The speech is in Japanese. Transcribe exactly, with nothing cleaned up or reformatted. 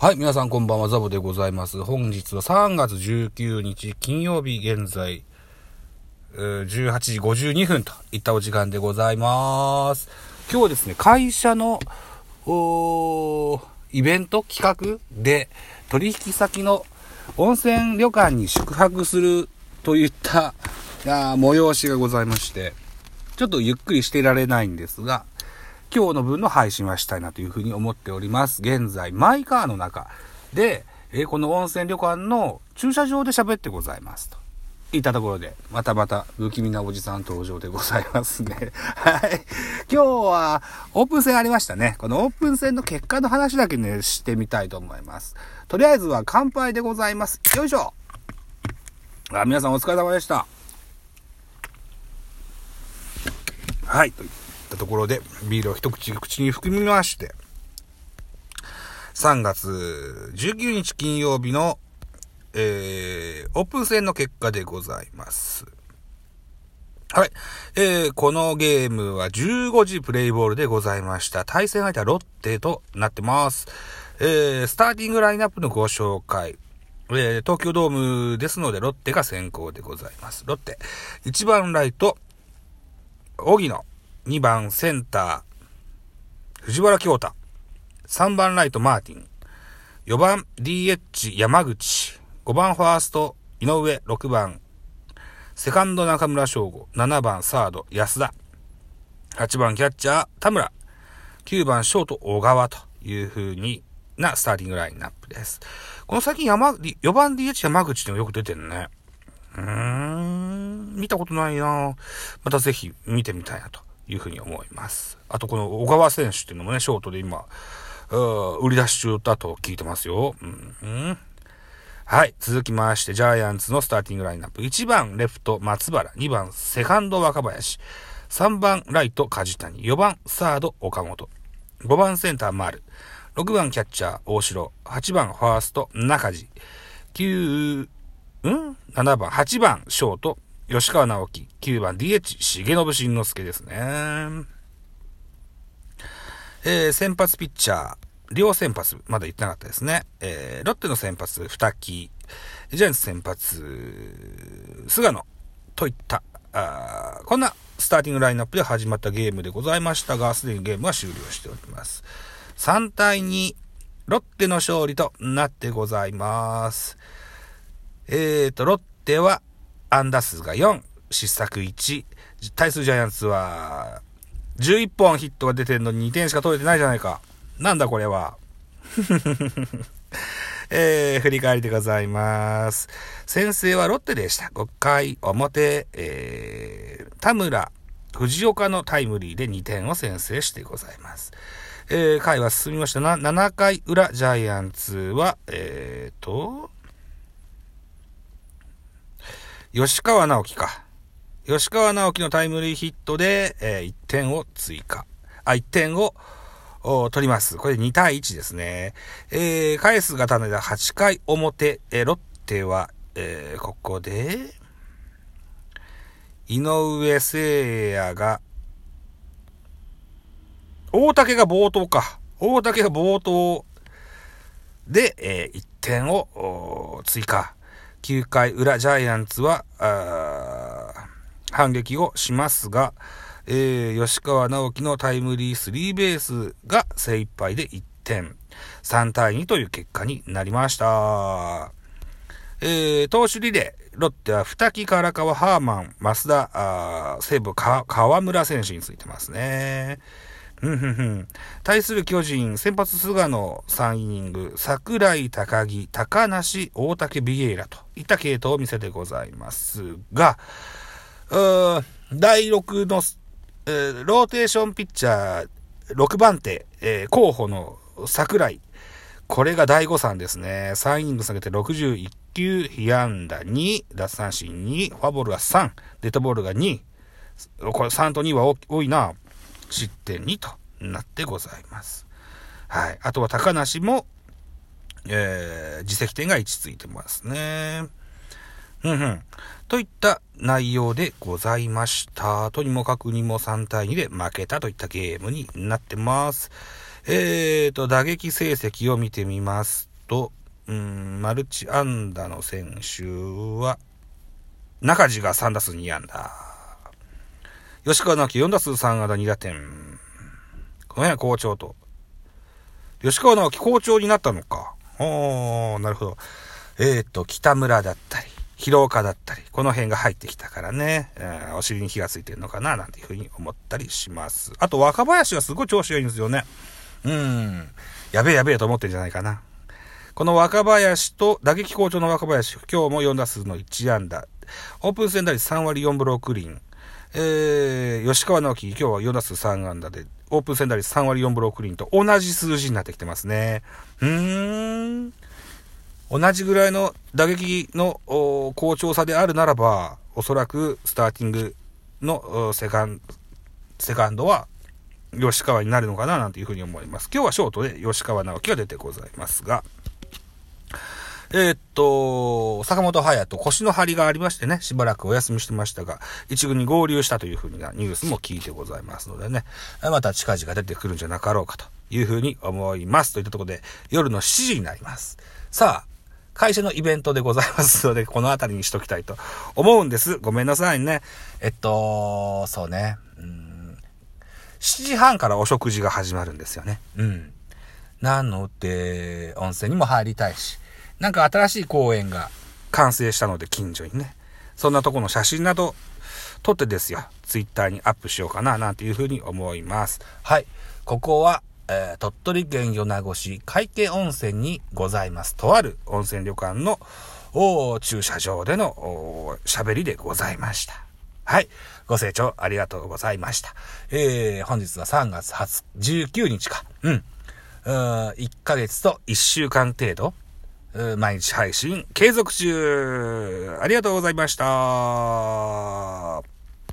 はい、皆さんこんばんは、ザボでございます。本日はさんがつじゅうくにち金曜日、現在、じゅうはちじごじゅうにふんといったお時間でございます。今日はですね、会社のイベント企画で取引先の温泉旅館に宿泊するといった催しがございまして、ちょっとゆっくりしていられないんですが、今日の分の配信はしたいなというふうに思っております。現在、マイカーの中で、えー、この温泉旅館の駐車場で喋ってございますといったところで、またまた不気味なおじさん登場でございますね。はい。今日はオープン戦ありましたね。このオープン戦の結果の話だけね、してみたいと思います。とりあえずは乾杯でございます。よいしょ。あ、皆さんお疲れ様でした。はい。とところでビールを一口口に含みまして、さんがつじゅうくにち金曜日の、えー、オープン戦の結果でございます。はい、えー、このゲームはじゅうごじプレイボールでございました。対戦相手はロッテとなってます。えー、スターティングラインナップのご紹介、えー、東京ドームですのでロッテが先行でございます。ロッテいちばんライト荻野、にばんセンター藤原京太、さんばんライトマーティン、よばん ディーエイチ 山口、ごばんファースト井上、ろくばんセカンド中村翔吾、ななばんサード安田、はちばんキャッチャー田村、きゅうばんショート小川という風になスターティングラインナップです。この最近山よばん ディーエイチ 山口っていうのがよく出てるね。うーん見たことないな。またぜひ見てみたいなというふうに思います。あとこの小川選手っていうのもね、ショートで今売り出し中だと聞いてますよ。うんうん、はい、続きましてジャイアンツのスターティングラインナップ、いちばんレフト松原、にばんセカンド若林、さんばんライト梶谷、よばんサード岡本、ごばんセンター丸、ろくばんキャッチャー大城、はちばんファースト中地、きゅう、ん ?ななばん、はちばんショート吉川直樹、きゅうばん ディーエイチ 重信慎之介ですね。えー、先発ピッチャー両先発まだ言ってなかったですね。えー、ロッテの先発二木、ジャイアンツ先発菅野といったあこんなスターティングラインナップで始まったゲームでございましたが、すでにゲームは終了しております。さんたいにロッテの勝利となってございます。えーとロッテは安打数がよん、失策いち、対するジャイアンツはじゅういっぽんヒットが出てるのににてんしか取れてないじゃないか。なんだこれは。えー、振り返りでございます。先制はロッテでした。ごかい表、えー、田村藤岡のタイムリーでにてんを先制してございます。えー、回は進みましたな。ななかい裏ジャイアンツはえーと吉川直樹か。吉川直樹のタイムリーヒットで、えー、いってんを追加。あ、いってんを取ります。これにたいいちですね。えー、返すが種ではちかい表、えー、ロッテは、えー、ここで、井上聖也が、大竹が暴投か。大竹が暴投で、えー、いってんを追加。きゅうかい裏ジャイアンツは反撃をしますが、えー、吉川直樹のタイムリースリーベースが精一杯でいってん、さんたいにという結果になりました。えー、投手リレーロッテは二木、唐川、ハーマン、増田、西武川村選手についてますね。対する巨人先発菅野さんイニング、櫻井、高木、高梨、大竹、ビエイラといった系統を見せてございますが、だいろくの、えー、ローテーションピッチャーろくばんて、えー、候補の櫻井、これがだいごさんですね。さんイニング下げてろくじゅういっきゅう、被安打に、奪三振に、フォアボールがさん、デッドボールがに、これさんとには多いな。失点にとなってございます。はい。あとは高梨も、えー、自責点がいちついてますね。うんうん。といった内容でございました。とにもかくにもさんたいにで負けたといったゲームになってます。えーと、打撃成績を見てみますと、うーん、マルチ安打の選手は、中地がさん打数に安打。吉川直樹よん打数さん安打に打点。この辺は好調と。吉川直樹好調になったのか。おー、なるほど。えーと、北村だったり、広岡だったり、この辺が入ってきたからね、えー、お尻に火がついてるのかな、なんていうふうに思ったりします。あと、若林がすごい調子がいいんですよね。うーん。やべえやべえと思ってるんじゃないかな。この若林と、打撃好調の若林、今日もよん打数のいち安打。オープン戦打率さん割よんブロック輪。えー、吉川直樹、今日はよん打数さん安打で、オープン戦打率さん割よんブロック輪と同じ数字になってきてますね。うーん。同じぐらいの打撃の好調さであるならば、おそらくスターティングのセカン、セカンドは吉川になるのかななんていうふうに思います。今日はショートで吉川直樹が出てございますが、えー、っと、坂本勇人、腰の張りがありましてね、しばらくお休みしてましたが、一軍に合流したというふうなニュースも聞いてございますのでね、また近々出てくるんじゃなかろうかというふうに思います。といったところで、夜のしちじになります。さあ、会社のイベントでございますので、このあたりにしときたいと思うんです。ごめんなさいね。えっと、そうね。うーん、しちじはんからお食事が始まるんですよね。うん。なので、温泉にも入りたいし、なんか新しい公園が完成したので近所にね、そんなとこの写真など撮ってですよ、ツイッターにアップしようかななんていうふうに思います。はい。ここは、えー、鳥取県米子市海家温泉にございます。とある温泉旅館の駐車場での喋りでございました。はい。ご清聴ありがとうございました。えー、本日はさんがつじゅうくにちか。うん。うーん、いっかげつといっしゅうかん程度、毎日配信継続中。ありがとうございました。